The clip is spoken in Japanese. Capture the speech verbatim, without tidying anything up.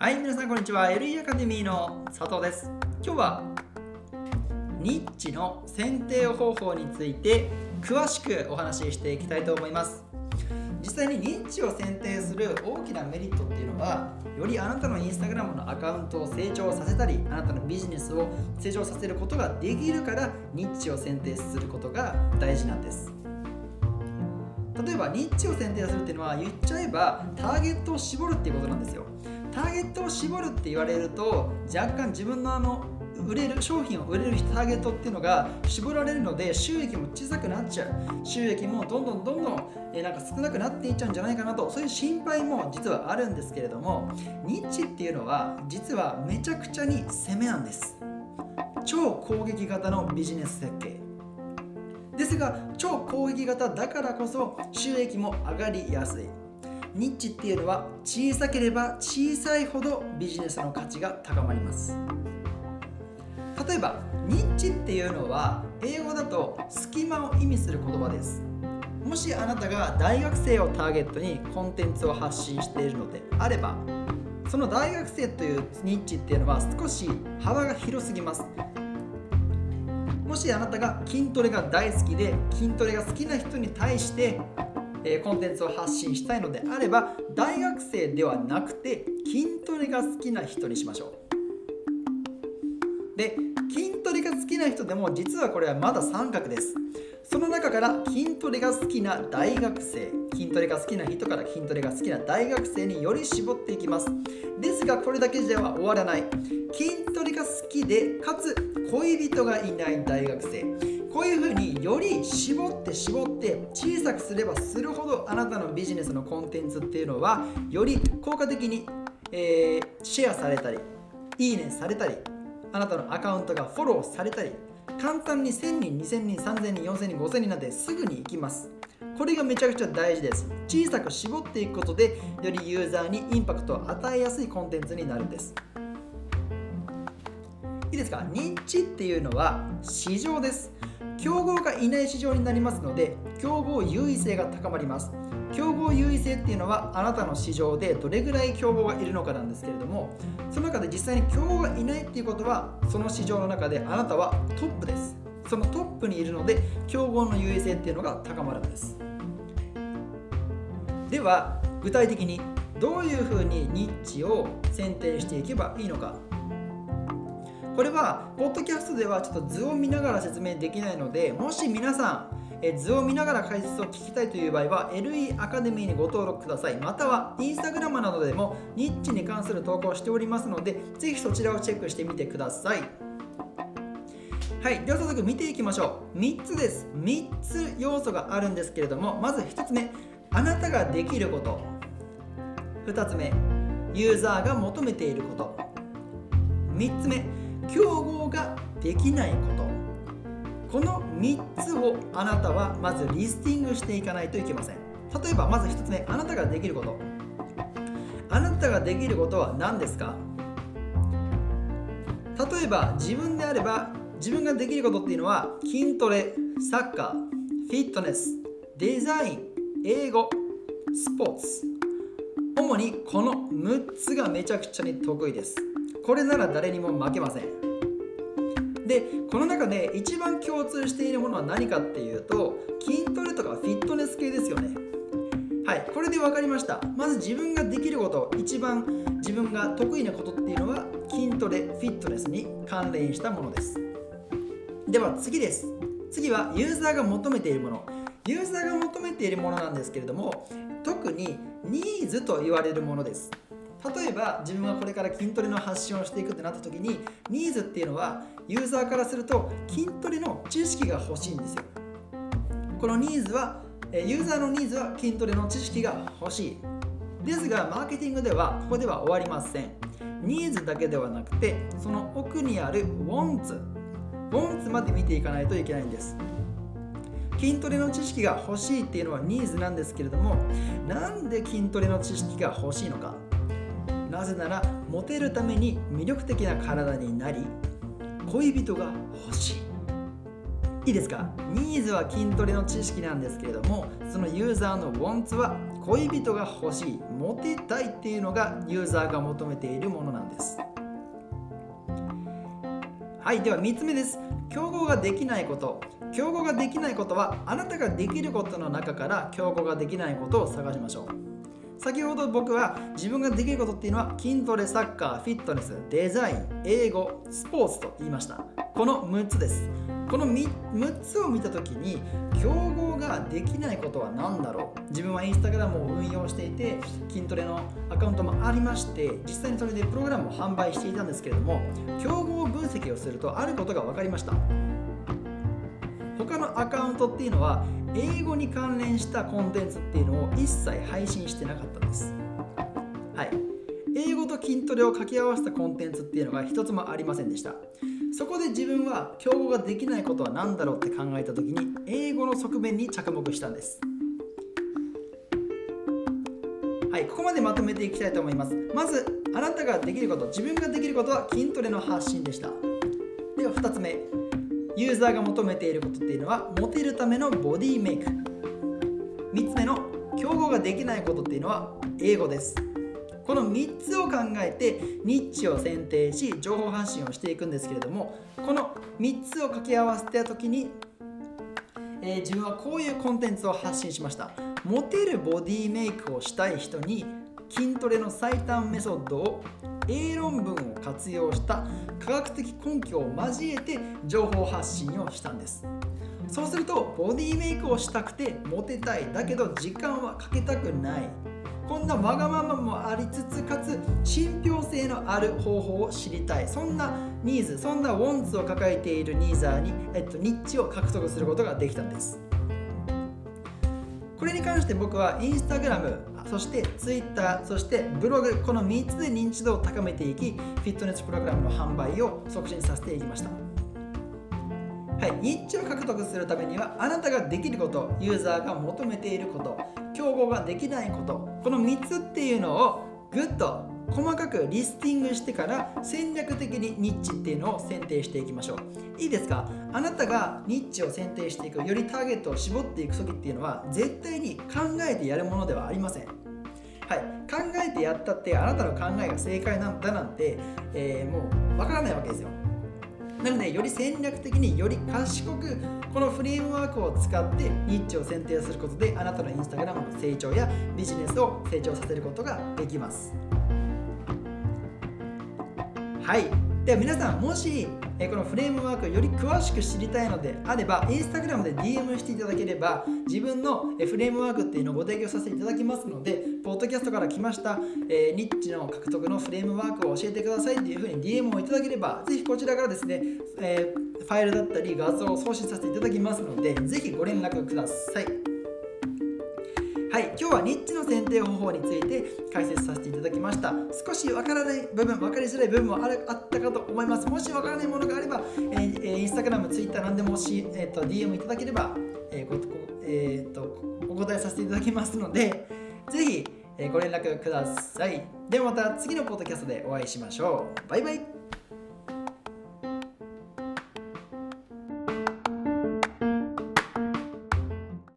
はい、皆さんこんにちは。エルイー アカデミーの佐藤です。今日はニッチの選定方法について詳しくお話ししていきたいと思います。実際にニッチを選定する大きなメリットっていうのは、よりあなたのインスタグラムのアカウントを成長させたり、あなたのビジネスを成長させることができるから、ニッチを選定することが大事なんです。例えばニッチを選定するっていうのは、言っちゃえばターゲットを絞るっていうことなんですよ。ターゲットを絞るって言われると、若干自分のあの売れる商品を売れるターゲットっていうのが絞られるので、収益も小さくなっちゃう、収益もどんどんどんどんえなんか少なくなっていっちゃうんじゃないかなと、そういう心配も実はあるんですけれども、ニッチっていうのは実はめちゃくちゃに攻めなんです。超攻撃型のビジネス設計ですが、超攻撃型だからこそ収益も上がりやすい。ニッチっていうのは小さければ小さいほどビジネスの価値が高まります。例えばニッチっていうのは英語だと隙間を意味する言葉です。もしあなたが大学生をターゲットにコンテンツを発信しているのであれば、その大学生というニッチっていうのは少し幅が広すぎます。もしあなたが筋トレが大好きで、筋トレが好きな人に対してコンテンツを発信したいのであれば、大学生ではなくて筋トレが好きな人にしましょう。で、筋トレが好きな人でも実はこれはまだ三角です。その中から筋トレが好きな大学生、筋トレが好きな人から筋トレが好きな大学生により絞っていきます。ですがこれだけでは終わらない。筋トレが好きでかつ恋人がいない大学生、こういうふうにより絞って絞って小さくすればするほど、あなたのビジネスのコンテンツっていうのはより効果的に、えー、シェアされたり、いいねされたり、あなたのアカウントがフォローされたり、簡単にせんにん、にせんにん、さんぜんにん、よんせんにん、ごせんにんなんてすぐに行きます。これがめちゃくちゃ大事です。小さく絞っていくことで、よりユーザーにインパクトを与えやすいコンテンツになるんです。いいですか？ニッチっていうのは市場です。競合がいない市場になりますので、競合優位性が高まります。競合優位性っていうのは、あなたの市場でどれぐらい競合がいるのかなんですけれども、その中で実際に競合がいないっていうことは、その市場の中であなたはトップです。そのトップにいるので、競合の優位性っていうのが高まるんです。では具体的にどういうふうにニッチを選定していけばいいのか。これはポッドキャストではちょっと図を見ながら説明できないので、もし皆さんえ図を見ながら解説を聞きたいという場合は エルイー アカデミーにご登録ください。またはインスタグラムなどでもニッチに関する投稿をしておりますので、ぜひそちらをチェックしてみてください。はい、では早速見ていきましょう。みっつです。みっつ要素があるんですけれども、まずひとつめ、あなたができること。ふたつめ、ユーザーが求めていること。みっつめ、競合ができないこと。このみっつをあなたはまずリスティングしていかないといけません。例えばまずひとつめ、あなたができること。あなたができることは何ですか？例えば自分であれば、自分ができることっていうのは筋トレ、サッカー、フィットネス、デザイン、英語、スポーツ。主にこのむっつがめちゃくちゃに得意です。これなら誰にも負けません。で、この中で一番共通しているものは何かっていうと、筋トレとかフィットネス系ですよね。はい、これで分かりました。まず自分ができること、一番自分が得意なことっていうのは筋トレ、フィットネスに関連したものです。では次です。次はユーザーが求めているもの。ユーザーが求めているものなんですけれども、特にニーズと言われるものです。例えば自分がこれから筋トレの発信をしていくってなった時に、ニーズっていうのはユーザーからすると筋トレの知識が欲しいんですよ。このニーズはユーザーのニーズは筋トレの知識が欲しいですが、マーケティングではここでは終わりません。ニーズだけではなくて、その奥にある Wants Wants まで見ていかないといけないんです。筋トレの知識が欲しいっていうのはニーズなんですけれども、なんで筋トレの知識が欲しいのか。なぜならモテるために魅力的な体になり、恋人が欲しい。いいですか？ニーズは筋トレの知識なんですけれども、そのユーザーの Wants は恋人が欲しい、モテたいっていうのがユーザーが求めているものなんです。はい、ではみっつめです。競合ができないこと。競合ができないことは、あなたができることの中から競合ができないことを探しましょう。先ほど僕は自分ができることっていうのは筋トレ、サッカー、フィットネス、デザイン、英語、スポーツと言いました。このむっつです。この みっつを見たときに、競合ができないことは何だろう。自分はインスタグラムを運用していて、筋トレのアカウントもありまして、実際にそれでプログラムを販売していたんですけれども、競合分析をするとあることが分かりました。他のアカウントっていうのは英語に関連したコンテンツっていうのを一切配信してなかったんです。はい、英語と筋トレを掛け合わせたコンテンツっていうのが一つもありませんでした。そこで自分は競合ができないことは何だろうって考えた時に、英語の側面に着目したんです。はい、ここまでまとめていきたいと思います。まず、あなたができること、自分ができることは筋トレの発信でした。ではふたつめ、ユーザーが求めていることっていうのはモテるためのボディメイク。みっつめの競合ができないことっていうのは英語です。このみっつを考えてニッチを選定し情報発信をしていくんですけれども、このみっつを掛け合わせた時に、えー、自分はこういうコンテンツを発信しました。モテるボディメイクをしたい人に筋トレの最短メソッドを英論文を活用した科学的根拠を交えて情報発信をしたんです。そうするとボディメイクをしたくてモテたい、だけど時間はかけたくない、こんなわがままもありつつかつ信憑性のある方法を知りたい、そんなニーズ、そんなウォンツを抱えているニーザーに、えっと、ニッチを獲得することができたんです。これに関して僕はインスタグラム、そしてツイッター、そしてブログ、このみっつで認知度を高めていき、フィットネスプログラムの販売を促進させていきました。はい、ニッチを獲得するためには、あなたができること、ユーザーが求めていること、競合ができないこと、このみっつっていうのをぐっと細かくリスティングしてから戦略的にニッチっていうのを選定していきましょう。いいですか？あなたがニッチを選定していく、よりターゲットを絞っていく時っていうのは絶対に考えてやるものではありません。はい、考えてやったってあなたの考えが正解なんだなんて、えー、もうわからないわけですよ。なのでより戦略的に、より賢くこのフレームワークを使ってニッチを選定することで、あなたのインスタグラムの成長やビジネスを成長させることができます。はい、では皆さん、もしこのフレームワークをより詳しく知りたいのであれば、インスタグラムで ディーエム していただければ自分のフレームワークっていうのをご提供させていただきますので、ポッドキャストから来ました、えー、ニッチの獲得のフレームワークを教えてくださいっていうふうに ディーエム をいただければ、ぜひこちらからですね、えー、ファイルだったり画像を送信させていただきますので、ぜひご連絡ください。はい、今日はニッチの選定方法について解説させていただきました。少しわからない部分、わかりづらい部分もあるあったかと思います。もしわからないものがあれば、えー、インスタグラム、ツイッターなんでもし、えー、と ディーエム いただければ、えーごえー、とお答えさせていただきますので、ぜひ、えー、ご連絡ください。ではまた次のポッドキャストでお会いしましょう。バイバイ。